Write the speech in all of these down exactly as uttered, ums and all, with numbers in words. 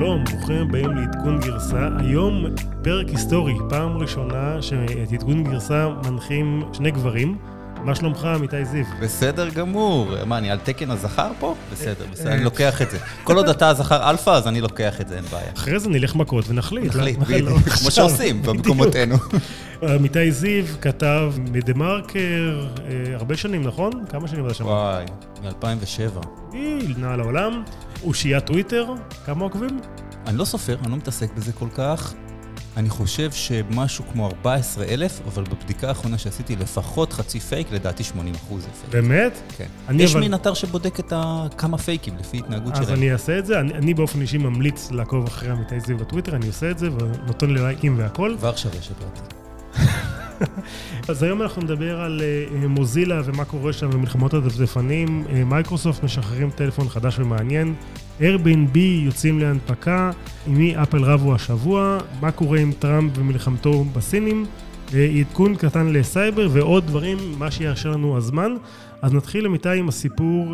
שלום, ברוכים הבאים לעדכון גרסה. היום פרק היסטורי, פעם ראשונה שאת עדכון גרסה מנחים שני גברים. מה שלומך, עמיתי זיו? בסדר גמור. מה, אני על תקן הזכר פה? בסדר, בסדר, אני לוקח את זה. כל עוד אתה הזכר אלפא, אז אני לוקח את זה, אין בעיה. אחרי זה נלך מכות ונחליט. נחליט, בדיוק, כמו שעושים במקומותינו. עמיתי זיו כתב מדמרקר הרבה שנים, נכון? כמה שנים אתה שם? וואי, מ-אלפיים ושבע. היא נעה לעולם. אושיית טוויטר, כמה עוקבים? אני לא סופר, אני לא מתעסק בזה כל כך. אני חושב שמשהו כמו ארבעה עשר אלף, אבל בבדיקה האחרונה שעשיתי לפחות חצי פייק, לדעתי שמונים אחוז זה פייק. באמת? כן. יש מין אתר שבודק את כמה פייקים לפי התנהגות שלהם. אז אני אעשה את זה. אני, אני באופן אישי ממליץ לעקוב אחרי עמיתי זיו בטוויטר, אני עושה את זה ונותן לי לייקים והכל. כבר שווה שבאתי. אז היום אנחנו נדבר על מוזילה ומה קורה שם במלחמות הדפדפנים. מייקרוסופט משחררים טלפון חדש ומעניין. Airbnb יוצאים להנפקה, עם מי אפל רבו השבוע, מה קורה עם טראמפ ומלחמתו בסינים, עדכון קטן לסייבר ועוד דברים, מה שיאשר לנו הזמן. אז נתחיל למיטה עם הסיפור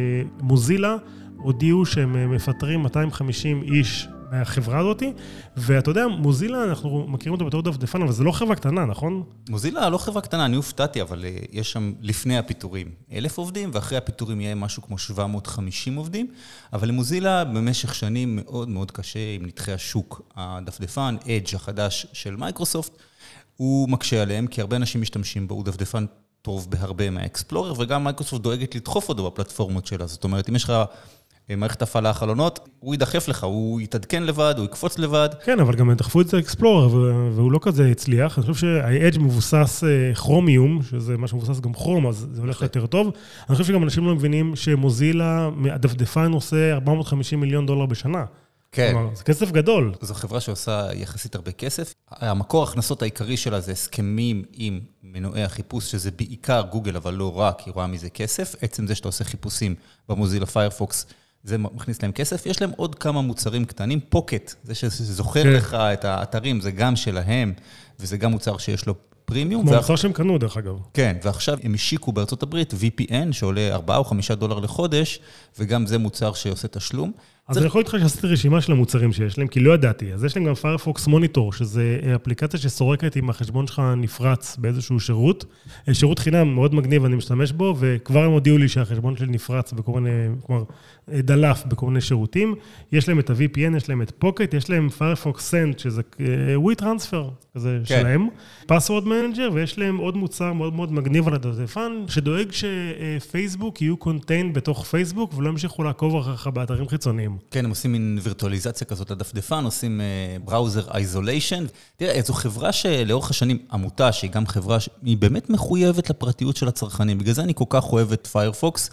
שמוזילה הודיעו שהם מפטרים מאתיים וחמישים איש מהחברה הזאת, ואתה יודע, מוזילה, אנחנו מכירים אותו בתור דפדפן, אבל זה לא חברה קטנה, נכון? מוזילה לא חברה קטנה, אני הופתעתי, אבל יש שם לפני הפיטורים אלף עובדים, ואחרי הפיטורים יהיה משהו כמו שבע מאות וחמישים עובדים, אבל למוזילה במשך שנים מאוד מאוד קשה עם נתחי השוק. הדפדפן, Edge החדש של מייקרוסופט, הוא מקשה עליהם, כי הרבה אנשים משתמשים בו, הוא דפדפן טוב בהרבה מהאקספלורר, וגם מייקרוסופט דואגת לדחוף אותו בפלטפורמות שלה. זאת אומרת, אם יש לך מערכת הפעלה החלונות, הוא ידחף לך, הוא יתעדכן לבד, הוא יקפוץ לבד. כן, אבל גם דחפו את זה אקספלורר, והוא לא כזה הצליח. אני חושב שה-Edge מבוסס כרומיום, שזה מה שמבוסס גם כרום, אז זה הולך יותר טוב. אני חושב שגם אנשים לא מבינים שמוזילה, הדפדפן עושה ארבע מאות וחמישים מיליון דולר בשנה. כן. כלומר, זה כסף גדול. זו חברה שעושה יחסית הרבה כסף. המקור ההכנסות העיקרי שלה זה הסכמים עם מנועי החיפוש, שזה בעיקר גוגל, אבל לא רק, היא רואה מזה כסף. עצם זה שאתה עושה חיפושים במוזילה פיירפוקס, זה מכניס להם כסף. יש להם עוד כמה מוצרים קטנים. פוקט, זה שזוכר כן. לך את האתרים, זה גם שלהם, וזה גם מוצר שיש לו פרימיום. כמו מוצר שהם קנו, דרך אגב. כן, ועכשיו הם השיקו בארצות הברית וי פי אן, שעולה ארבעה או חמישה דולר לחודש, וגם זה מוצר שעושה תשלום. אז אני יכול להתחיל שעשיתי רשימה של המוצרים שיש להם, כי לא ידעתי. אז יש להם גם פיירפוקס מוניטור, שזה אפליקציה שסורקת אם החשבון שלך נפרץ באיזשהו שירות. שירות חינם מאוד מגניב, אני משתמש בו, וכבר הם הודיעו לי שהחשבון שלי נפרץ בכל מיני, כלומר, דלף בכל מיני שירותים. יש להם את ה-וי פי אן, יש להם את פוקט, יש להם פיירפוקס סנד, שזה ווי טרנספר, כזה כן. שלהם. פסוורד מנג'ר, ויש להם עוד מוצר מאוד מאוד מגניב על הדפדפן, שדואג שפייסבוק יהיו קונטיין בתוך פייסבוק, ולא ימשיכו לעקוב אחריך באתרים חיצוניים. כן, הם עושים מין וירטואליזציה כזאת לדפדפן, עושים בראוזר איזוליישן. תראה, זו חברה שלאורך השנים, עמותה שהיא גם חברה שהיא באמת מחויבת לפרטיות של הצרכנים. בגלל זה אני כל כך אוהב את פיירפוקס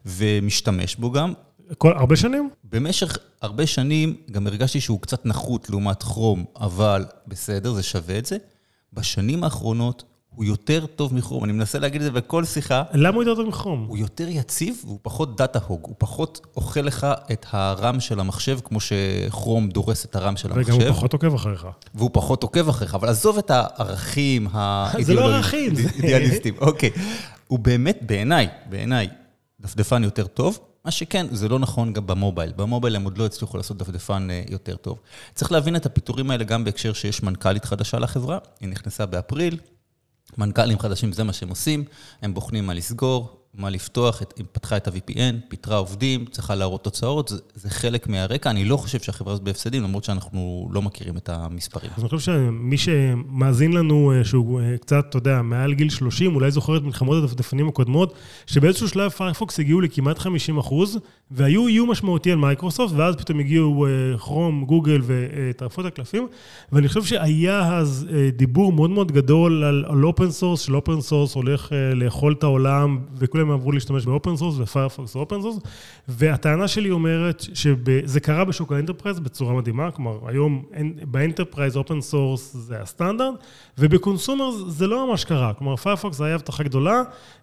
ומשתמש בו גם. כל, הרבה שנים? במשך הרבה שנים גם הרגשתי שהוא קצת נחות לעומת כרום, אבל בסדר, זה שווה את זה. בשנים האחרונות הוא יותר טוב מכרום, אני מנסה להגיד את זה בכל שיחה. למה הוא יותר טוב מכרום? הוא יותר יציב, והוא פחות דאטה הוג, הוא פחות אוכל לך את הרם של המחשב, כמו שכרום דורס את הרם של המחשב. וגם הוא פחות עוקב אחריך. והוא פחות עוקב אחריך, אבל עזוב את הערכים זה לא ערכים. האידיאליסטיים. אוקיי. הוא באמת, בעיניי, בעיניי, דפדפן יותר טוב, מה שכן, זה לא נכון גם במובייל. במובייל הם עוד לא הצליחו לעשות דפדפן יותר טוב. צריך להבין את הפיתורים האלה גם בהקשר שיש מנכ"לית חדשה לחברה, היא נכנסה באפריל, מנכ"לים חדשים, זה מה שהם עושים, הם בוחנים מה לסגור, מה לפתוח, היא פתחה את ה-וי פי אן, פיתרה עובדים, צריכה להראות תוצאות, זה, זה חלק מהרקע, אני לא חושב שהחברה הזאת בהפסדים, למרות שאנחנו לא מכירים את המספרים. אז אני חושב שמי שמאזין לנו, שהוא קצת, אתה יודע, מעל גיל שלושים, אולי זוכר את מלחמות הדפדפנים הקודמות, שבאיזשהו שלב פיירפוקס הגיעו לכמעט חמישים אחוז, והיו איום משמעותי על מייקרוסופט, ואז פתאום הגיעו כרום, גוגל וטרפו את הקלפים, ואני חושב שהיה אז דיבור מאוד מאוד גדול על, על אופן סורס, של אופן סורס הולך לאכול את העולם, וכולם עברו להשתמש באופן סורס, ופיירפוקס אופן סורס, והטענה שלי אומרת שזה קרה בשוק האנטרפרייז בצורה מדהימה, כלומר, היום באנטרפרייז אופן סורס זה הסטנדרט, ובקונסומר זה לא ממש קרה, כלומר, פיירפוקס זה היה הבטחה גדולה,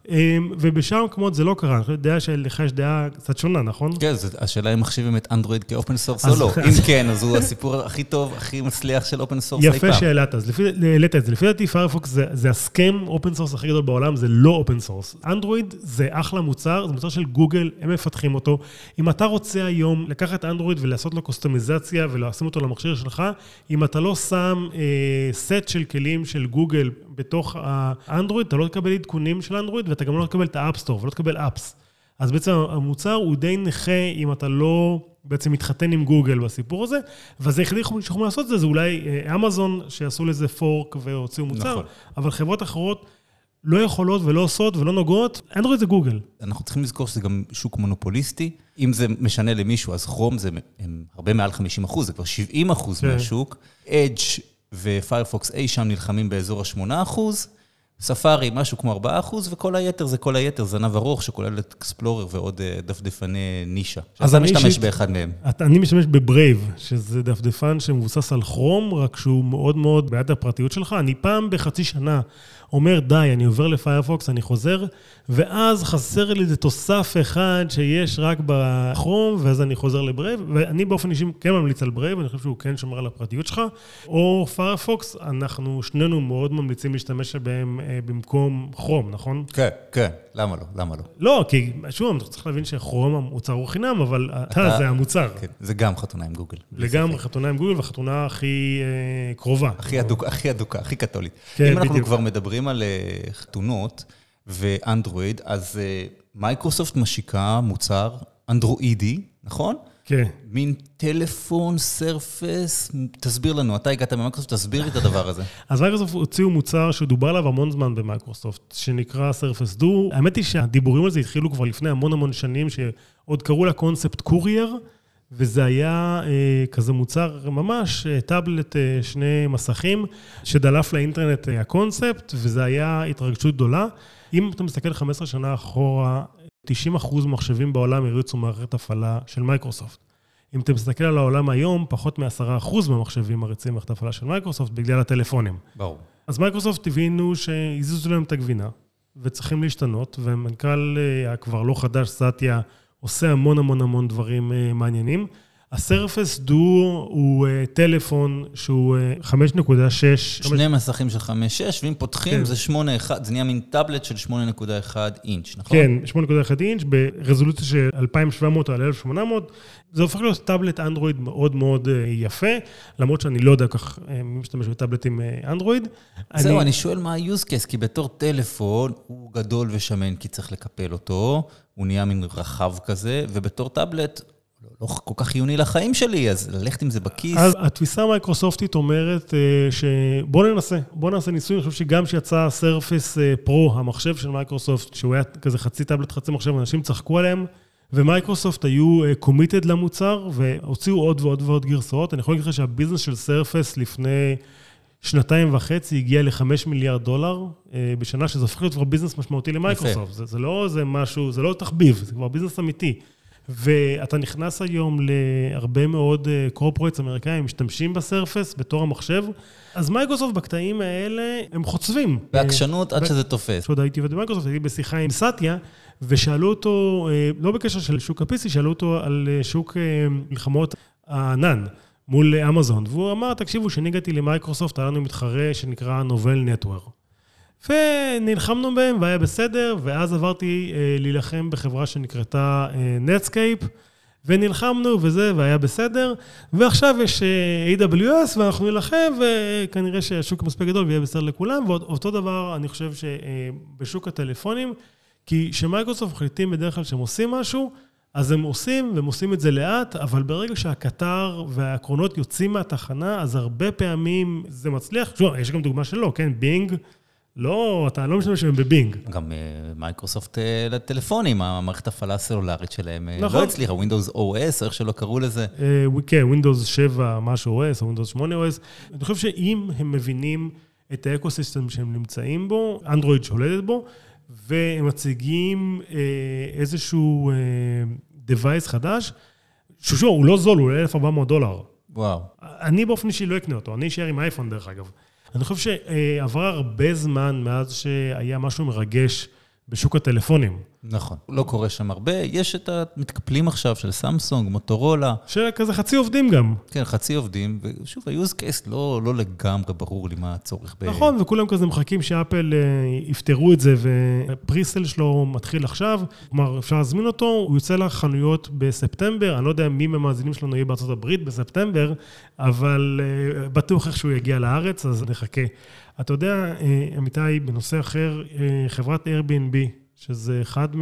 ובשאר מקומות זה לא קרה, אני חושב דעה שלך יש דעה קצת שונה, נכון? כן, השאלה אם מחשיבים את אנדרואיד כאופן סורס או לא. אם כן, אז הוא הסיפור הכי טוב, הכי מצליח של אופן סורס. יפה שאלת, אז העלית את זה. לפי דעתי, פיירפוקס זה הסכם אופן סורס הכי גדול בעולם, זה לא אופן סורס. אנדרואיד זה אחלה מוצר, זה מוצר של גוגל, הם מפתחים אותו. אם אתה רוצה היום לקחת אנדרואיד ולעשות לו קוסטומיזציה ולשים אותו למכשיר שלך, אם אתה לא שם אה, סט של כלים של גוגל בתוך האנדרואיד, אתה לא תקבל עדכונים של אנדרואיד, ואתה גם לא תקבל את האפסטור, ולא תקבל אפס. אז בעצם המוצר הוא די נכה אם אתה לא בעצם מתחתן עם גוגל בסיפור הזה, וזה היחידי שיכולים לעשות את זה, זה אולי אמזון שעשו לזה פורק והוציאו מוצר, נכון. אבל חברות אחרות לא יכולות ולא עושות ולא נוגעות, אנדרואיד זה גוגל. אנחנו צריכים לזכור שזה גם שוק מונופוליסטי, אם זה משנה למישהו, אז כרום זה הם הרבה מעל חמישים אחוז, זה כבר שבעים אחוז מהשוק, אדג' ופיירפוקס אי שם נלחמים באזור ה-שמונה אחוז, ספארי, משהו כמו ארבעה אחוז, וכל היתר זה כל היתר, זנב ארוך שכולל את אקספלורר ועוד דפדפני נישה. אז אני משתמש באחד מהם. אני משתמש בברייב, שזה דפדפן שמבוסס על כרום, רק שהוא מאוד מאוד בעד הפרטיות שלך. אני פעם בחצי שנה אומר, די, אני עובר לפיירפוקס, אני חוזר, ואז חסר לי איזה תוסף אחד שיש רק בכרום, ואז אני חוזר לברייב, ואני באופן אישי כן ממליץ על ברייב, אני חושב שהוא כן שומר על הפרטיות שלך, או פיירפוקס, אנחנו שנינו מאוד ממליצים להשתמש בהם במקום כרום, נכון? כן, כן, למה לא? למה לא? לא, כי שוב, אתה צריך להבין שכרום המוצר הוא חינם, אבל אתה זה המוצר. כן, זה גם חתונה עם גוגל. לגמרי חתונה עם גוגל, והחתונה הכי קרובה. הכי אדוקה, הכי אדוקה, הכי קתולית. אם אנחנו כבר מדברים על חתונות ואנדרואיד, אז מייקרוסופט משיקה מוצר אנדרואידי, נכון? כן. מין טלפון, סרפס, תסביר לנו, אתה הגעת במייקרוסופט, תסביר לי את הדבר הזה. אז מייקרוסופט הוציאו מוצר שדובר עליו המון זמן במייקרוסופט, שנקרא סרפס דו. האמת היא שהדיבורים על זה התחילו כבר לפני המון המון שנים, שעוד קראו לה קונספט קורייר, וזה היה אה, כזה מוצר ממש, אה, טאבלט אה, שני מסכים, שדלף לאינטרנט אה, הקונספט, וזה היה התרגשות גדולה. אם אתה מסתכל חמש עשרה שנה אחורה, תשעים אחוז מחשבים בעולם הריצו מערכת הפעלה של מייקרוסופט. אם אתה מסתכל על העולם היום, פחות מ-עשרה אחוז מהמחשבים מריצים מערכת הפעלה של מייקרוסופט בגלל הטלפונים. ברור. אז מייקרוסופט הבינו שהזיזו להם את הגבינה, וצריכים להשתנות, ומנכ"ל כבר לא חדש, סאטיה, עושה המון המון המון דברים מעניינים. הסרפס דו הוא טלפון שהוא חמש נקודה שש. שני מסכים של חמש שש, ואם פותחים זה שמונה נקודה אחת, זה נהיה מין טאבלט של שמונה נקודה אחת אינץ', נכון? כן, שמונה נקודה אחת אינץ' ברזולוציה של אלפיים ושבע מאות על אלף ושמונה מאות. זה הופך להיות טאבלט אנדרואיד מאוד מאוד יפה, למרות שאני לא יודע כך מי משתמש בטאבלטים אנדרואיד. זהו, אני שואל מה ה-use case, כי בתור טלפון הוא גדול ושמן, כי צריך לקפל אותו, הוא נהיה מין רחב כזה, ובתור טאבלט לא כל כך חיוני לחיים שלי, אז ללכת עם זה בכיס. אז התפיסה המייקרוסופטית אומרת שבוא ננסה, בוא נעשה ניסוי, אני חושב שגם שיצא סרפס פרו, המחשב של מייקרוסופט, שהוא היה כזה חצי טאבלט, חצי מחשב, אנשים צחקו עליהם, ומייקרוסופט היו קומיטד למוצר, והוציאו עוד ועוד ועוד גרסאות. אני יכול להגיד לך שהביזנס של סרפס לפני שנתיים וחצי הגיע לחמש מיליארד דולר בשנה, שזה הופך להיות כבר ביזנס משמעותי למייקרוסופט. זה, זה לא זה משהו, זה לא תחביב, זה כבר ביזנס אמיתי. ואתה נכנס היום להרבה מאוד קורפורטס אמריקאים, משתמשים בסרפס בתור המחשב, אז מייקרוסופט בקטעים האלה הם חוצבים. בהקשנות עד שזה תופס. שעוד הייתי במייקרוסופט, הייתי בשיחה עם סאטיה, ושאלו אותו, לא בקשר של שוק הפיסי, שאלו אותו על שוק מלחמות הענן מול אמזון, והוא אמר, תקשיבו, שאני הגעתי למייקרוסופט, היה לנו מתחרה שנקרא נובל נטוורק. ונלחמנו בהם והיה בסדר, ואז עברתי אה, להילחם בחברה שנקראתה אה, נטסקייפ, ונלחמנו וזה, והיה בסדר, ועכשיו יש אה, איי דאבליו אס, ואנחנו נלחם, וכנראה שהשוק מספיק גדול ויהיה בסדר לכולם, ואותו דבר אני חושב שבשוק הטלפונים, כי שמייקרוסופט מחליטים בדרך כלל שהם עושים משהו, אז הם עושים, והם עושים את זה לאט, אבל ברגע שהקטר והעקרונות יוצאים מהתחנה, אז הרבה פעמים זה מצליח. שוב, יש גם דוגמה שלא, כן, בינג, לא, אתה לא משתמש בהם בבינג. גם מייקרוסופט לטלפונים, המערכת הפעלה הסלולרית שלהם לא הצליחה, Windows או אס, איך שלא קראו לזה. כן, Windows שבע, משהו או אס, או Windows שמונה או אס. אני חושב שאם הם מבינים את האקוסיסטם שהם נמצאים בו, אנדרואיד שולדת בו, והם מציגים איזשהו device חדש, ששוב, הוא לא זול, הוא אלף וארבע מאות דולר. וואו. אני באופן אישי לא אקנה אותו, אני אשאר עם אייפון דרך אגב. אני חושב שעבר הרבה זמן מאז שהיה משהו מרגש בשוק הטלפונים. נכון, לא קורה שם הרבה. יש את המתקפלים עכשיו של סמסונג, מוטורולה. שכזה חצי עובדים גם. כן, חצי עובדים, ושוב, ה-use case לא, לא לגמרי ברור לי מה הצורך. ב... נכון, וכולם כזה מחכים שאפל יפתרו את זה, ופריסל שלו מתחיל עכשיו, כלומר, אפשר להזמין אותו, הוא יוצא לחנויות בספטמבר, אני לא יודע מי מהמאזינים שלנו יהיה בארצות הברית בספטמבר, אבל בטוח איך שהוא יגיע לארץ, אז נחכה. אתה יודע, אמיתי, בנושא אחר, חברת Airbnb, שזה אחד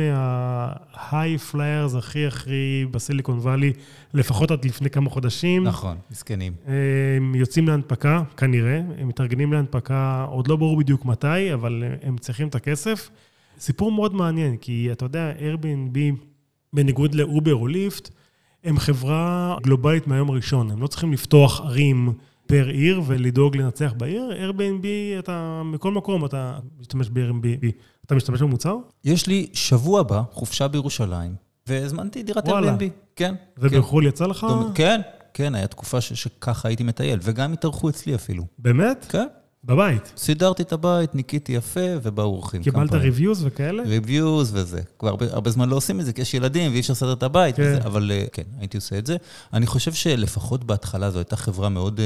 מה-high flyers הכי הכי בסיליקון וואלי, לפחות עד לפני כמה חודשים. נכון, מסכנים. הם יוצאים להנפקה, כנראה, הם מתארגנים להנפקה, עוד לא ברור בדיוק מתי, אבל הם צריכים את הכסף. סיפור מאוד מעניין, כי אתה יודע, Airbnb, בניגוד לאובר או ליפט, הם חברה גלובלית מהיום הראשון, הם לא צריכים לפתוח ערים פר עיר ולדאוג לנצח בעיר. Airbnb, אתה מכל מקום, אתה משתמש ב-Airbnb. אתה משתמש במוצר? יש לי שבוע הבא, חופשה בירושלים, והזמנתי דירת Airbnb. כן. ובחול יצא לך? כן, כן, היה תקופה שככה הייתי מטייל, וגם התארחו אצלי אפילו. באמת? כן. בבית? סידרתי את הבית, ניקיתי יפה, ובאו אורחים. קיבלת ריוויוז וכאלה? ריוויוז וזה. כבר הרבה, הרבה זמן לא עושים את זה, כי יש ילדים ואי אפשר לסדר את הבית, כן. וזה, אבל כן, הייתי עושה את זה. אני חושב שלפחות בהתחלה זו הייתה חברה מאוד,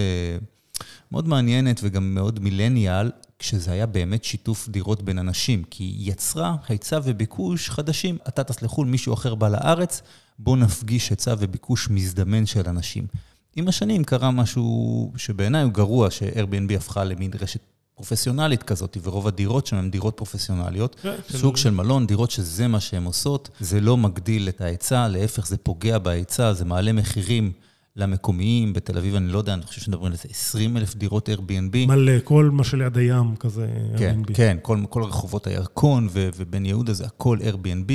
מאוד מעניינת וגם מאוד מילניאל, כשזה היה באמת שיתוף דירות בין אנשים, כי היא יצרה היצע וביקוש חדשים. אתה תסלחו, מישהו אחר בא לארץ, בוא נפגיש היצע וביקוש מזדמן של אנשים. עם השנים קרה משהו שבעיניי הוא גרוע, ש-Airbnb הפכה למין רשת פרופסיונלית כזאת, ורוב הדירות שם הן דירות פרופסיונליות, סוג של מלון, דירות שזה מה שהן עושות, זה לא מגדיל את ההיצע, להפך זה פוגע בהיצע, זה מעלה מחירים למקומיים, בתל אביב אני לא יודע, אני חושב שנדברים על זה, עשרים אלף דירות Airbnb. מלא, כל מה שליד הים כזה כן, Airbnb. כן, כל, כל רחובות הירקון ובן יהודה זה הכל Airbnb,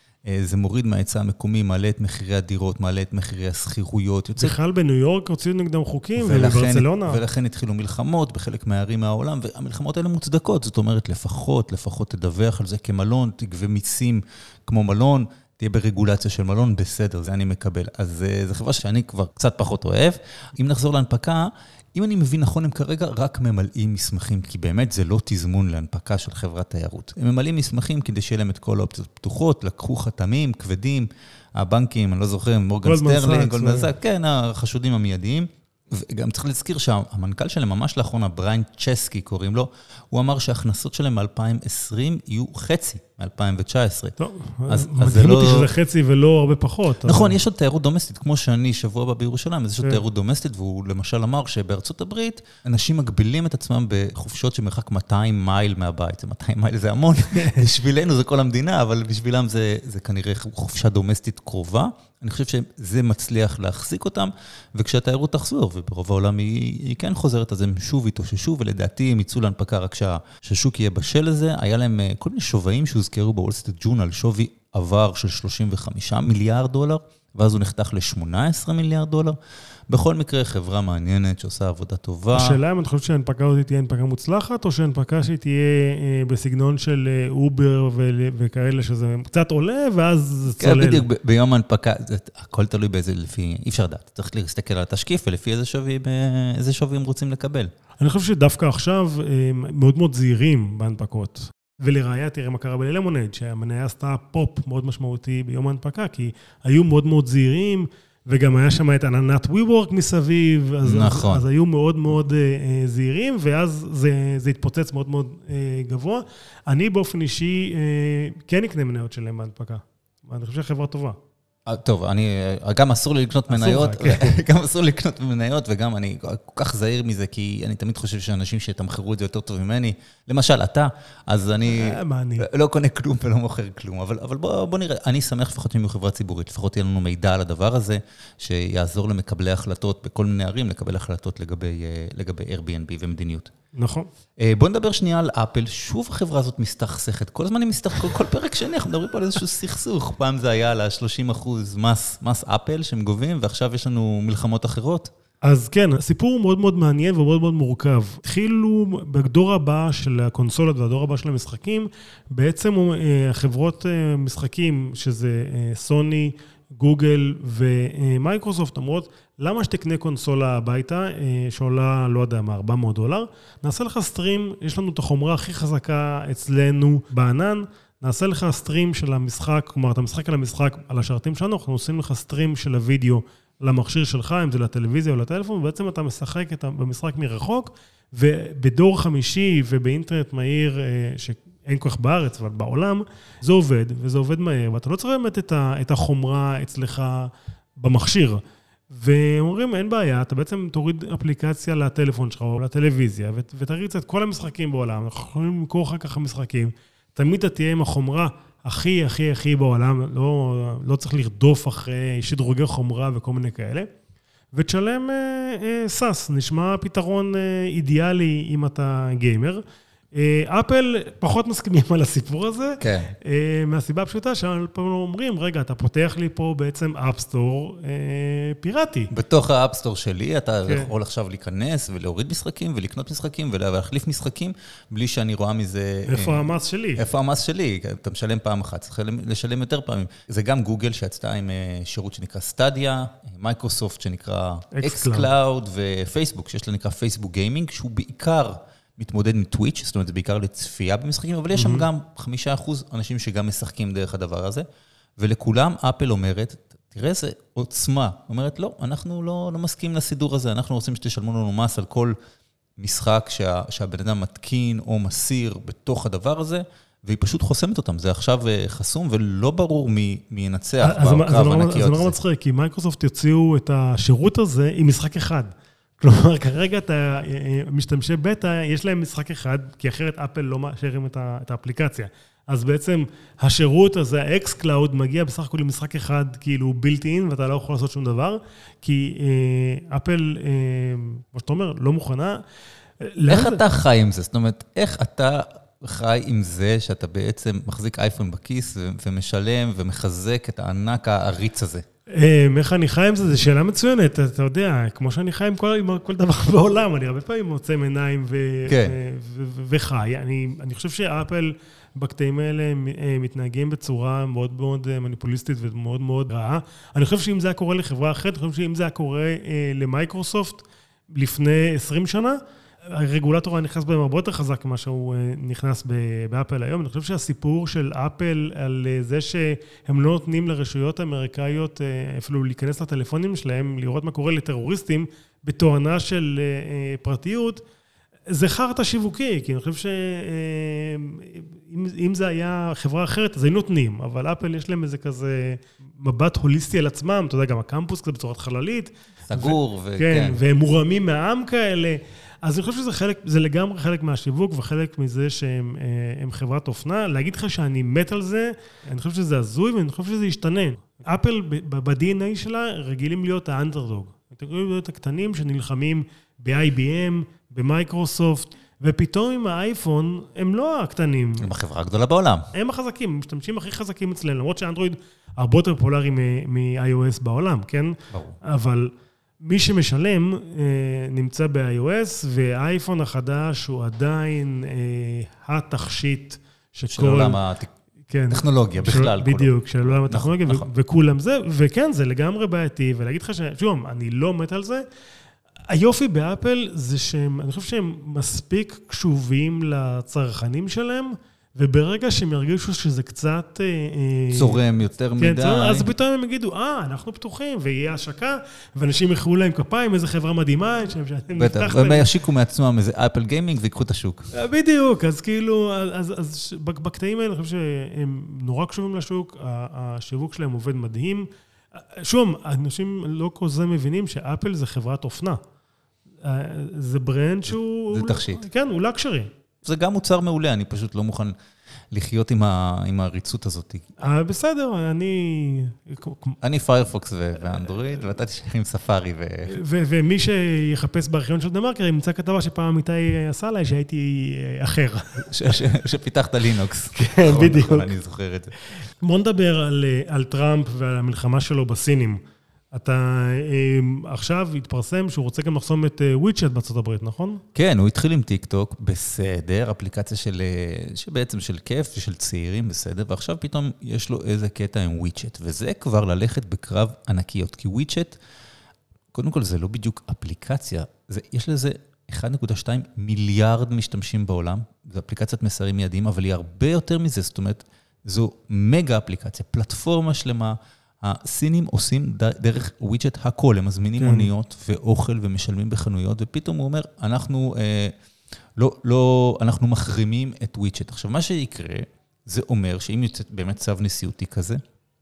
זה מוריד מההיצע המקומי, מעלה את מחירי הדירות, מעלה את מחירי הסחירויות. בכלל בניו יורק הוציאו נגדם חוקים, ובברצלונה. ולכן התחילו מלחמות בחלק מהערים מהעולם, והמלחמות האלה מוצדקות. זאת אומרת, לפחות, לפחות תדווח על זה כמלון, תגבה מיסים כמו מלון, תהיה ברגולציה של מלון, בסדר, זה אני מקבל. אז זו חברה שאני כבר קצת פחות אוהב. אם נחזור להנפקה, אם אני מבין נכון, הם כרגע רק ממלאים מסמכים, כי באמת זה לא תזמון להנפקה של חברת תיירות. הם ממלאים מסמכים כדי שיהיה להם את כל האופציות פתוחות, לקחו חתמים, כבדים, הבנקים, אני לא זוכר, מורגן סטרלינג, גולדמן סאקס, כן, החשודים המיידיים. וגם צריך להזכיר שהמנכ"ל שלהם ממש לאחרונה, בריין צ'סקי קוראים לו, הוא אמר שההכנסות שלהם מ-אלפיים ועשרים יהיו חצי מ-אלפיים תשע עשרה. טוב, מדהים אותי שזה חצי ולא הרבה פחות. נכון, יש עוד תיירות דומסטית, כמו שאני שבוע הבא בירושלים, אז יש עוד תיירות דומסטית, והוא למשל אמר שבארצות הברית, אנשים מגבילים את עצמם בחופשות שמרחק מאתיים מייל מהבית. זה מאתיים מייל זה המון, בשבילנו זה כל המדינה, אבל בשבילם זה, זה כנראה חופשה דומסטית קרובה. אני חושב שזה מצליח להחזיק אותם, וכשהתיירות תחזור, וברוב העולם היא, היא כן חוזרת, אז הם שוב התאוששו, ולדעתי הם יצאו להנפקה רק שהשוק יהיה בשל לזה. היה להם כל מיני שווים שהוזכרו בוול סטריט ג'ורנל, שווי עבר של שלושים וחמישה מיליארד דולר, ואז הוא נחתך ל-שמונה עשרה מיליארד דולר. בכל מקרה, חברה מעניינת שעושה עבודה טובה. השאלה אם אני חושב שההנפקה הזאת תהיה הנפקה מוצלחת, או שההנפקה שהיא תהיה בסגנון של אובר וכאלה, שזה קצת עולה, ואז זה צולל. כן, בדיוק, ביום ההנפקה, הכל תלוי באיזה, לפי, אי אפשר לדעת. צריך להסתכל על התשקיף, ולפי איזה שווי, איזה שווי הם רוצים לקבל. אני חושב שדווקא עכשיו, מאוד מאוד זהירים בהנפקות. ולראיה, תראה מה קרה בלמונייד, שהמניה עשתה פופ מאוד משמעותי ביום ההנפקה, כי היו מאוד מאוד זהירים, וגם היה שם את עננת WeWork מסביב, אז, נכון. אז, אז היו מאוד מאוד uh, זהירים, ואז זה, זה התפוצץ מאוד מאוד uh, גבוה. אני באופן אישי uh, כן אקנה מניות שלהם בהנפקה. אני חושב שהחברה טובה. טוב, אני, גם אסור לי לקנות מניות, גם אסור לי לקנות מניות, וגם אני כל כך זהיר מזה, כי אני תמיד חושב שאנשים שתמחרו את זה יותר טוב ממני, למשל, אתה, אז אני לא קונה כלום ולא מוכר כלום, אבל, אבל בוא, בוא נראה, אני שמח לפחות שהם יהיו חברה ציבורית, לפחות יהיה לנו מידע על הדבר הזה, שיעזור למקבלי החלטות בכל מיני ערים, לקבל החלטות לגבי, לגבי Airbnb ומדיניות. נכון. בוא נדבר שנייה על אפל, שוב החברה הזאת מסתכסכת, כל הזמן היא מסתכסכת, כל, כל פרק שני, אנחנו מדברים פה על איזשהו סכסוך, פעם זה היה על ה-שלושים אחוז מס, מס אפל שהם גובים, ועכשיו יש לנו מלחמות אחרות. אז כן, הסיפור הוא מאוד מאוד מעניין ומאוד מאוד מורכב. התחילו בדור הבא של הקונסולות והדור הבא של המשחקים, בעצם החברות משחקים, שזה סוני, גוגל ומייקרוסופט, אמרות, למה שתקנה קונסולה הביתה, שעולה, לא יודע מה, ארבע מאות דולר, נעשה לך סטרים, יש לנו את החומרה הכי חזקה אצלנו בענן, נעשה לך סטרים של המשחק, כלומר, אתה משחק על המשחק, על השרתים שלנו, אנחנו עושים לך סטרים של הוידאו למכשיר שלך, אם זה לטלוויזיה או לטלפון, ובעצם אתה משחק במשחק מרחוק, ובדור חמישי ובאינטרנט מהיר, שאין כל כך בארץ, אבל בעולם, זה עובד, וזה עובד מהר, ואתה לא צריך באמת את החומרה אצלך במכשיר. ואומרים, אין בעיה, אתה בעצם תוריד אפליקציה לטלפון שלך או לטלוויזיה, ותריץ את כל המשחקים בעולם, אנחנו יכולים למכור אחר כך המשחקים, תמיד אתה תהיה עם החומרה הכי, הכי, הכי בעולם, לא, לא צריך לרדוף אחרי שדרוגי חומרה וכל מיני כאלה, ותשלם אה, אה, סס, נשמע פתרון אה, אידיאלי אם אתה גיימר. אפל פחות מסכימים על הסיפור הזה, כן. מהסיבה הפשוטה שאנחנו אומרים, רגע, אתה פותח לי פה בעצם אפסטור פיראטי. בתוך האפסטור שלי, אתה יכול עכשיו להיכנס ולהוריד משחקים ולקנות משחקים ולהחליף משחקים, בלי שאני רואה מזה... איפה המס שלי? איפה המס שלי? אתה משלם פעם אחת, צריך לשלם יותר פעמים. זה גם גוגל שיצאה עם שירות שנקרא סטדיה, מייקרוסופט שנקרא אקסקלאוד, ופייסבוק, שיש לה נקרא פייסבוק גיימינג, שהוא בעיקר... מתמודד עם טוויץ', זאת אומרת, זה בעיקר לצפייה במשחקים, אבל יש שם גם חמישה אחוז אנשים שגם משחקים דרך הדבר הזה, ולכולם אפל אומרת, תראה איזה עוצמה, אומרת, לא, אנחנו לא, לא מסכים לסידור הזה, אנחנו רוצים שתשלמו לנו מס על כל משחק שה, שהבן אדם מתקין או מסיר בתוך הדבר הזה, והיא פשוט חוסמת אותם, זה עכשיו חסום, ולא ברור מי, מי ינצח בקרב הענקיות הזה. זה נורא מצחיק, כי מייקרוסופט יוציאו את השירות הזה עם משחק אחד. כלומר, כרגע אתה, משתמשי בטא, יש להם משחק אחד, כי אחרת אפל לא מאשרים את האפליקציה. אז בעצם השירות הזה, האקס-קלאוד, מגיע בסך הכל למשחק אחד, כאילו בילט אין, ואתה לא יכול לעשות שום דבר, כי אפל, כמו שאתה אומר, לא מוכנה. איך אתה חי עם זה? זאת אומרת, איך אתה חי עם זה שאתה בעצם מחזיק אייפון בכיס ומשלם ומחזק את הענק העריץ הזה? איך אני חי עם זה? זו שאלה מצוינת, אתה יודע, כמו שאני חי עם כל, עם כל דבר בעולם, אני הרבה פעמים מוצא עיניים ו, כן. ו, ו, וחי. אני, אני חושב שאפל בקטעים האלה מתנהגים בצורה מאוד מאוד מניפוליסטית ומאוד מאוד רעה. אני חושב שאם זה היה קורה לחברה אחרת, אני חושב שאם זה היה קורה למייקרוסופט לפני עשרים שנה, הרגולטור נכנס בהם הרבה יותר חזק ממה שהוא נכנס באפל היום. אני חושב שהסיפור של אפל על זה שהם לא נותנים לרשויות האמריקאיות אפילו להיכנס לטלפונים שלהם, לראות מה קורה לטרוריסטים בתואנה של פרטיות, זה חרטה שיווקי, כי אני חושב שאם זה היה חברה אחרת, אז הם נותנים, אבל אפל יש להם איזה כזה מבט הוליסטי על עצמם, אתה יודע, גם הקמפוס כזה בצורת חללית. סגור, וכן. כן, והם מורמים מהעם כאלה. אז אני חושב שזה חלק, זה לגמרי חלק מהשיווק, וחלק מזה שהם הם חברת אופנה. להגיד לך שאני מת על זה, אני חושב שזה הזוי, ואני חושב שזה ישתנה. אפל ב-די אן איי שלה רגילים להיות האנדרדוג. רגילים להיות הקטנים שנלחמים ב-איי בי אם, במייקרוסופט, ופתאום עם האייפון הם לא הקטנים. הם החברה הגדולה בעולם. הם החזקים, הם משתמשים הכי חזקים אצלנו, למרות שאנדרואיד הרבה יותר פופולרי מ-iOS בעולם, כן? ברור. אבל מי שמשלם נמצא ב-iOS, והאייפון החדש הוא עדיין התכשיט שכל... של עולם הטכנולוגיה בכלל. בדיוק, של עולם הטכנולוגיה, וכולם זה, וכן, זה לגמרי בעייתי, ולהגיד לך שוב, אני לא מת על זה, היופי באפל זה שהם, אני חושב שהם מספיק קשובים לצרכנים שלהם, וברגע שהם ירגישו שזה קצת... צורם יותר מדי. כן, אז פתאום הם יגידו, אה, אנחנו פתוחים, ויהיה השקה, ואנשים יחרו להם כפיים, איזו חברה מדהימה, בטח, והם ישיקו מעצמם איזה אפל גיימינג, ויקחו את השוק. בדיוק, אז כאילו, אז בקטעים האלה, אני חושב שהם נורא קשובים לשוק, השיווק שלהם עובד מדהים. שום, אנשים לא כל זה מבינים שאפל זה חברת אופנה. זה ברנד שהוא... זה תכשיט. כן, הוא לקשרי. זה גם מוצר מעולה, אני פשוט לא מוכן לחיות עם, ה, עם הריצות הזאת. בסדר, אני... אני פיירפוקס ואנדרואיד, ואתה תשאר עם ספארי. ו... ו- ומי שיחפש בארכיון של דמרקר, ימצא כתבה שפעם אמיתי עשה עליי, שהייתי אחר. ש- ש- שפיתחת לינוקס. כן, בדיוק. אני זוכר את זה. בוא נדבר על, על טראמפ ועל המלחמה שלו בסינים. אתה עכשיו התפרסם שהוא רוצה גם לחסום את וויצ'אט בארצות הברית, נכון? כן, הוא התחיל עם טיק טוק, בסדר, אפליקציה של, שבעצם של כיף ושל צעירים, בסדר, ועכשיו פתאום יש לו איזה קטע עם וויצ'אט, וזה כבר ללכת בקרב ענקיות, כי וויצ'אט, קודם כל זה לא בדיוק אפליקציה, זה, יש לזה אחד נקודה שתיים מיליארד משתמשים בעולם, זו אפליקציית מסרים מיידיים, אבל היא הרבה יותר מזה, זאת אומרת, זו מגה אפליקציה, פלטפורמה שלמה, הסינים עושים דרך ווידג'ט הכל, הם מזמינים כן. מוניות ואוכל ומשלמים בחנויות, ופתאום הוא אומר, אנחנו, אה, לא, לא, אנחנו מחרימים את ווידג'ט. עכשיו, מה שיקרה, זה אומר שאם יוצא באמת צו נשיאותי כזה,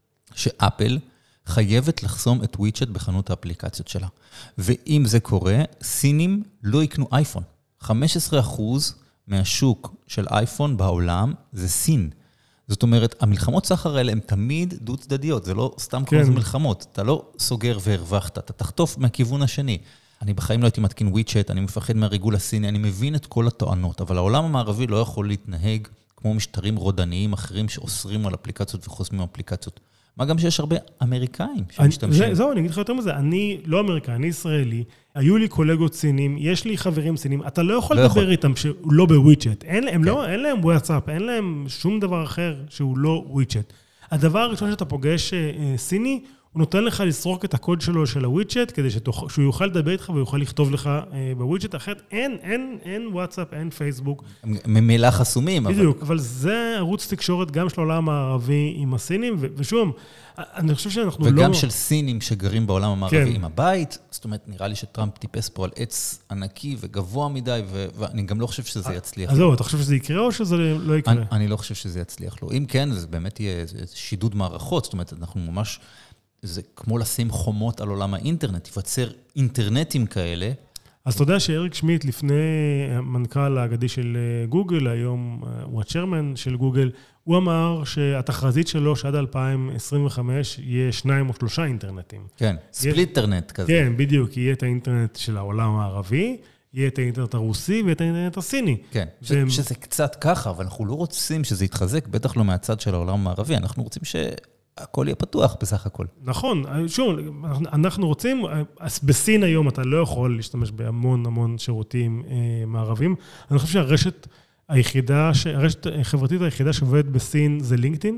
שאפל חייבת לחסום את ווידג'ט בחנות האפליקציות שלה. ואם זה קורה, סינים לא יקנו אייפון. חמישה עשר אחוז מהשוק של אייפון בעולם זה סין. זאת אומרת, המלחמות סחר האלה הן תמיד דו צדדיות, זה לא סתם כל זה מלחמות. אתה לא סוגר והרווחת, אתה תחטוף מהכיוון השני. אני בחיים לא הייתי מתקין ווידג'ט, אני מפחד מהריגול הסיני, אני מבין את כל הטוענות, אבל העולם המערבי לא יכול להתנהג כמו משטרים רודניים אחרים שאוסרים על אפליקציות וחוסמים אפליקציות. מה גם שיש הרבה אמריקאים שמשתמשים. זהו, אני אגיד לך יותר מזה, אני לא אמריקאי, אני ישראלי, היו לי קולגות סינים, יש לי חברים סינים, אתה לא יכול לדבר איתם שלא בווידג'ט, אין להם וואטסאפ, אין להם שום דבר אחר שהוא לא ווידג'ט. הדבר הראשון שאתה פוגש סיני, הוא נותן לך לסרוק את הקוד שלו של הווידג'ט, כדי שהוא יוכל לדבר איתך ויוכל לכתוב לך בווידג'ט, אחרת אין, אין, אין וואטסאפ, אין פייסבוק. ממילא חסומים. בדיוק, אבל זה ערוץ תקשורת גם של העולם הערבי עם הסינים, ושוב, אני חושב שאנחנו לא... וגם של סינים שגרים בעולם המערבי עם הבית, זאת אומרת, נראה לי שטראמפ טיפס פה על עץ ענקי וגבוה מדי, ואני גם לא חושב שזה יצליח. אז זהו, אתה חושב שזה יקרה או שזה לא יקרה? אני לא חושב שזה יצליח לו. אם כן, זה באמת יהיה שידוד מערכות, זאת אומרת, אנחנו ממש... זה כמו לשים חומות על עולם האינטרנט, יווצר אינטרנטים כאלה. אז אתה יודע שאריק שמיט, לפני המנכ"ל האגדי של גוגל, היום הוא הצ'רמן של גוגל, הוא אמר שהתחזית שלו שעד אלפיים עשרים וחמש יהיה שניים או שלושה אינטרנטים. כן, ספליטרנט כזה. כן, בדיוק, יהיה את האינטרנט של העולם הערבי, יהיה את האינטרנט הרוסי ואת האינטרנט הסיני. כן, שזה קצת ככה, אבל אנחנו לא רוצים שזה יתחזק, בטח לא מהצד של העולם הערבי, אנחנו רוצים ש... הכל יהיה פתוח בסך הכל. נכון, שוב, אנחנו רוצים, בסין היום אתה לא יכול להשתמש בהמון המון שירותים מערבים. אני חושב שהרשת היחידה, הרשת החברתית היחידה שעובדת בסין זה לינקדאין.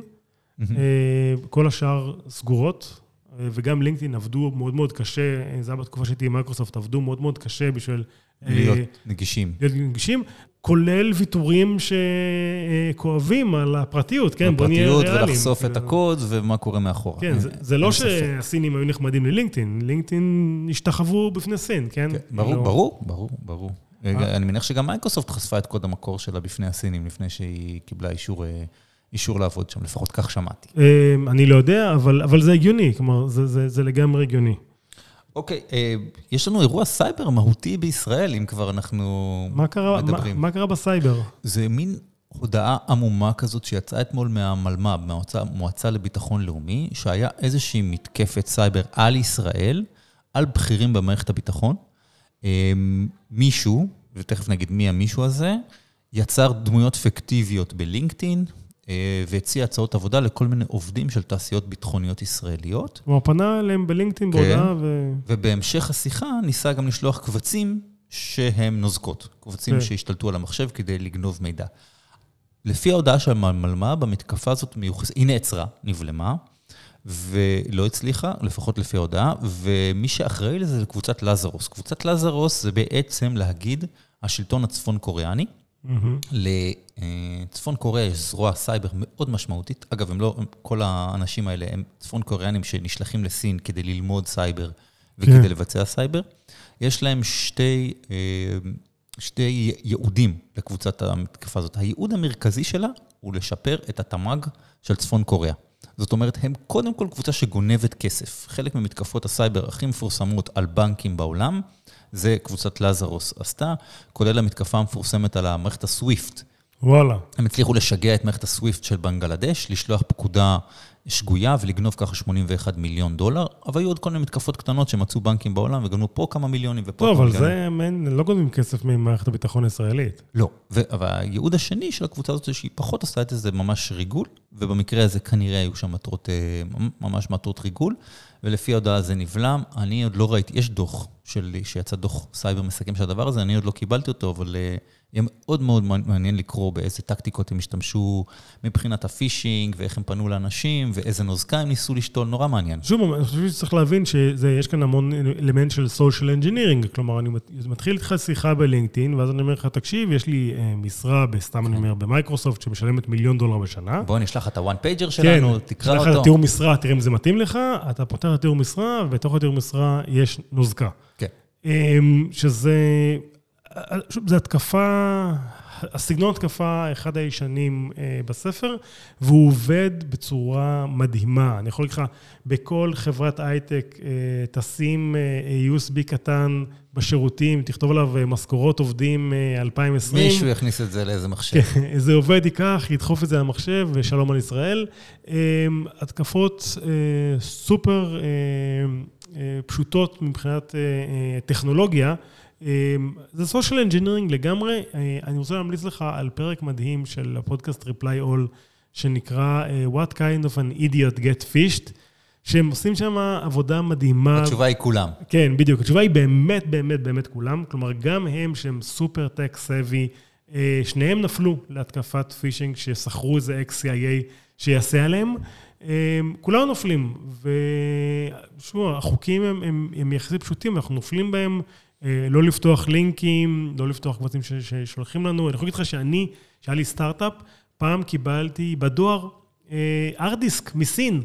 כל השאר סגורות, וגם לינקדאין עבדו מאוד מאוד קשה, זה היה בתקופה שהייתי עם מייקרוסופט, עבדו מאוד מאוד קשה בשביל... להיות נגישים. להיות נגישים, כולל ויתורים שכואבים על הפרטיות, כן, בוא נהיה ריאליים. הפרטיות ולחשוף את הקוד ומה קורה מאחורה. כן, זה לא שהסינים היו נחמדים ללינקדאין, לינקדאין השתחוו בפני סין, כן? ברור, ברור, ברור, ברור. אני מניח שגם מייקרוסופט חשפה את קוד המקור שלה בפני הסינים, לפני שהיא קיבלה אישור... אישור לעבוד שם, לפחות כך שמעתי. אני לא יודע, אבל זה הגיוני, כלומר, זה לגמרי הגיוני. אוקיי, יש לנו אירוע סייבר מהותי בישראל, אם כבר אנחנו מדברים. מה קרה בסייבר? זה מין הודעה עמומה כזאת שיצאה אתמול מהמלמ"ב, מהמועצה לביטחון לאומי, שהיה איזושהי מתקפת סייבר על ישראל, על בכירים במערכת הביטחון. מישהו, ותכף נגיד מי המישהו הזה, יצר דמויות פיקטיביות בלינקדאין, והציע הצעות עבודה לכל מיני עובדים של תעשיות ביטחוניות ישראליות. הוא פנה אליהם בלינקדאין בהודעה ו... ובהמשך השיחה ניסה גם לשלוח קבצים שהם נוזקות, קבצים שהשתלטו על המחשב כדי לגנוב מידע. לפי ההודעה של המלמ"ב, במתקפה הזאת מיוחסת, היא נעצרה, נבלמה, ולא הצליחה, לפחות לפי ההודעה, ומי שאחראי לזה זה קבוצת לזרוס. קבוצת לזרוס זה בעצם להגיד השלטון הצפון קוריאני, לצפון קוריאה יש זרוע סייבר מאוד משמעותית. אגב, הם לא, כל האנשים האלה הם צפון קוריאנים שנשלחים לסין כדי ללמוד סייבר וכדי לבצע סייבר. יש להם שתי, שתי ייעודים לקבוצת המתקפה הזאת. הייעוד המרכזי שלה הוא לשפר את התמ"ג של צפון קוריאה. זאת אומרת, הם קודם כל קבוצה שגונבת כסף. חלק ממתקפות הסייבר הכי מפורסמות על בנקים בעולם, זה קבוצת לזרוס עשתה, כולל המתקפה המפורסמת על המערכת הסוויפט. וואלה. הם הצליחו לשגע את מערכת הסוויפט של בנגלדש, לשלוח פקודה שגויה ולגנוב ככה שמונים ואחד מיליון דולר, אבל היו עוד כל מיני מתקפות קטנות שמצאו בנקים בעולם וגנבו פה כמה מיליונים ופה טוב, כמה מיליונים. טוב, אבל זה לא גונבים כסף ממערכת הביטחון הישראלית. לא, אבל הייעוד השני של הקבוצה הזאת שהיא פחות עושה את זה ממש ריגול, ובמקרה הזה כנראה היו שם מטרות, ממש מטרות ריגול, ולפי ההודעה זה נבלם. אני עוד לא ראיתי, יש דוח שלי, שיצא דוח סייבר מסכם של הדבר הזה, אני עוד לא קיבלתי אותו, אבל יהיה מאוד מאוד מעניין לקרוא באיזה טקטיקות הם השתמשו מבחינת הפישינג, ואיך הם פנו לאנשים, ואיזה נוזקה הם ניסו לשתול, נורא מעניין. שוב, אני חושב שצריך להבין שיש כאן המון אלמנט של social engineering, כלומר, אני מתחיל איתך שיחה בלינקדאין, ואז אני אומר לך, תקשיב, יש לי משרה, בסתם אני אומר, במייקרוסופט, שמשלמת מיליון דולר בשנה. בוא נשלח את הוואן פייג'ר שלנו, תקרא אותו. תיאור משרה, תראה אם זה מתאים לך, אתה פותח את תיאור משרה, ובתוך התיאור משרה יש נוזקה. כן. שזה, זה התקפה, הסגנון התקפה אחד הישנים בספר, והוא עובד בצורה מדהימה. אני יכול להגיד לך, בכל חברת הייטק, תשים יו אס בי קטן בשירותים, תכתוב עליו משכורות עובדים אלפיים עשרים. מישהו יכניס את זה לאיזה מחשב. זה עובד ייקח, ידחוף את זה למחשב, ושלום על ישראל. התקפות סופר פשוטות מבחינת טכנולוגיה, זה סושיאל אנג'ינירינג לגמרי. אני רוצה להמליץ לך על פרק מדהים של הפודקאסט Reply All, שנקרא What kind of an idiot get fished, שהם עושים שם עבודה מדהימה. התשובה היא כולם. כן, בדיוק. התשובה היא באמת, באמת, באמת כולם. כלומר, גם הם שהם סופר טק סאבי, שניהם נפלו להתקפת פישינג, ששכרו איזה אקס סי איי איי שיעשה עליהם. כולם נופלים. ושוב, החוקים הם, הם, הם יחסית פשוטים, אנחנו נופלים בהם, לא לפתוח לינקים, לא לפתוח קבצים ששולחים לנו. אני יכול להגיד לך שאני, שהיה לי סטארט-אפ, פעם קיבלתי בדואר ארד דיסק מסין.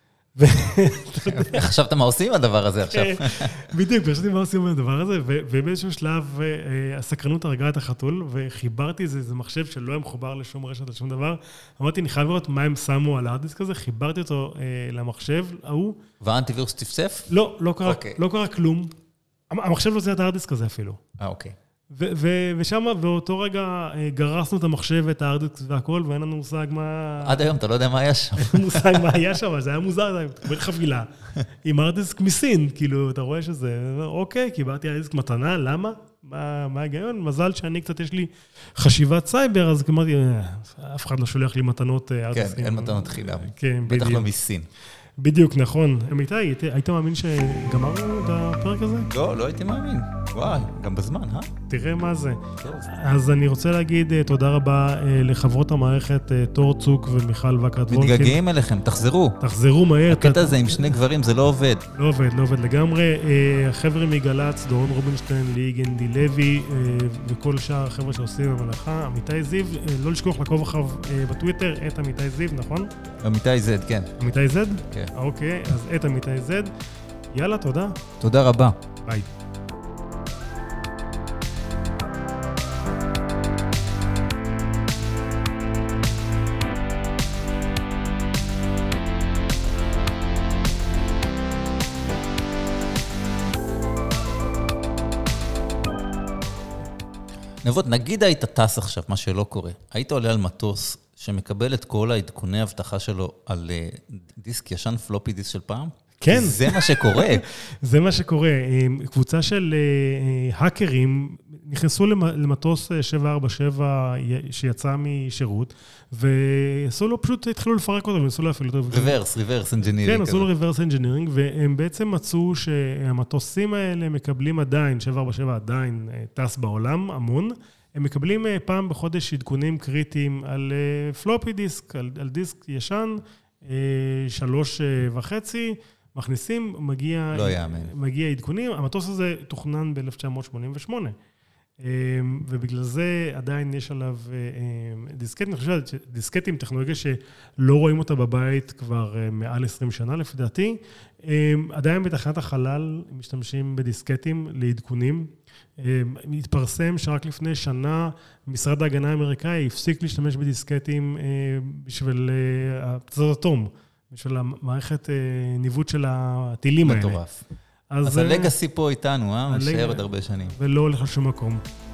חשבת מה עושים עם הדבר הזה עכשיו? בדיוק, חשבתי מה עושים עם הדבר הזה, ובאיזשהו שלב הסקרנות הרגעה את החתול, וחיברתי איזה מחשב שלא היה מחובר לשום רשת, לשום דבר. אמרתי, אני חייב לראות מה הם שמו על הארדיסק הזה, חיברתי אותו למחשב, ההוא. והאנטיווירוס צפצף? לא, לא קרה כלום. המחשב לא זה את הארדיסק הזה אפילו. אה, אוקיי. ושם, באותו רגע, גרסנו את המחשב ואת הארדיסק והכל, ואין לנו מושג מה... עד היום, אתה לא יודע מה היה שם. אין לנו מושג מה היה שם, זה היה מוזר, אתה מקבל חבילה. עם הארדיסק מסין, כאילו, אתה רואה שזה... אוקיי, קיבלתי הארדיסק מתנה, למה? מה ההיגיון? מזל שאני קצת, יש לי חשיבת סייבר, אז אמרתי, אף אחד לא שולח לי מתנות ארדיסק. כן, אין מתנות חינם. כן, בדיוק. בטח לא מסין. בדיוק, נכון. אמיתי, היית מאמין שגמרנו את הפרק הזה? לא, לא הייתי מאמין. וואי, גם בזמן, אה? תראה מה זה. אז אני רוצה להגיד תודה רבה לחברות המערכת, תור צוק ומיכל וקרת וולקין. מתגעגעים אליכם, תחזרו. תחזרו מהר. הקטע הזה עם שני גברים, זה לא עובד. לא עובד, לא עובד לגמרי. החבר'ה מגלץ, דורון רובינשטיין, לי גנדי לוי, וכל שאר החבר'ה שעושים במלאכה, אמיתי זיו, לא לשכוח לעקוב אחריו בטוויטר, את אמיתי זיו, נכון? אמיתי זד, כן. אמיתי זד? כן. אוקיי, אז את אמיתי זד. יאללה, תודה. תודה רבה. ביי. נבות, נגיד היית טס עכשיו, מה שלא קורה. היית עולה על מטוס שמקבל את כל העדכוני הבטחה שלו על דיסק ישן, פלופי דיסק של פעם? כן. זה מה שקורה. זה מה שקורה. קבוצה של האקרים נכנסו למטוס שבע ארבע שבע שיצא משירות, ועשו לו, פשוט התחילו לפרק אותו, וניסו להפעיל אותו. ריברס, ריברס אנג'ינירינג. כן, עשו לו ריברס אנג'ינירינג, והם בעצם מצאו שהמטוסים האלה מקבלים עדיין, שבע ארבע שבע עדיין טס בעולם, המון. הם מקבלים פעם בחודש עדכונים קריטיים על פלופי דיסק, על, על דיסק ישן, שלוש וחצי, מכניסים, מגיע, לא יאמן. מגיע עדכונים. המטוס הזה תוכנן ב-אלף תשע מאות שמונים ושמונה, ובגלל זה עדיין יש עליו דיסקטים. אני חושב שדיסקטים, טכנולוגיה שלא רואים אותה בבית כבר מעל עשרים שנה, לפי דעתי. עדיין בתחנת החלל משתמשים בדיסקטים לעדכונים. התפרסם שרק לפני שנה משרד ההגנה האמריקאי הפסיק להשתמש בדיסקטים בשביל הפצצות אטום, בשביל המערכת ניווט של הטילים האלה. מטורף. אז הלגאסי פה איתנו, אה? נשאר עוד הרבה שנים. ולא הולך לשום מקום.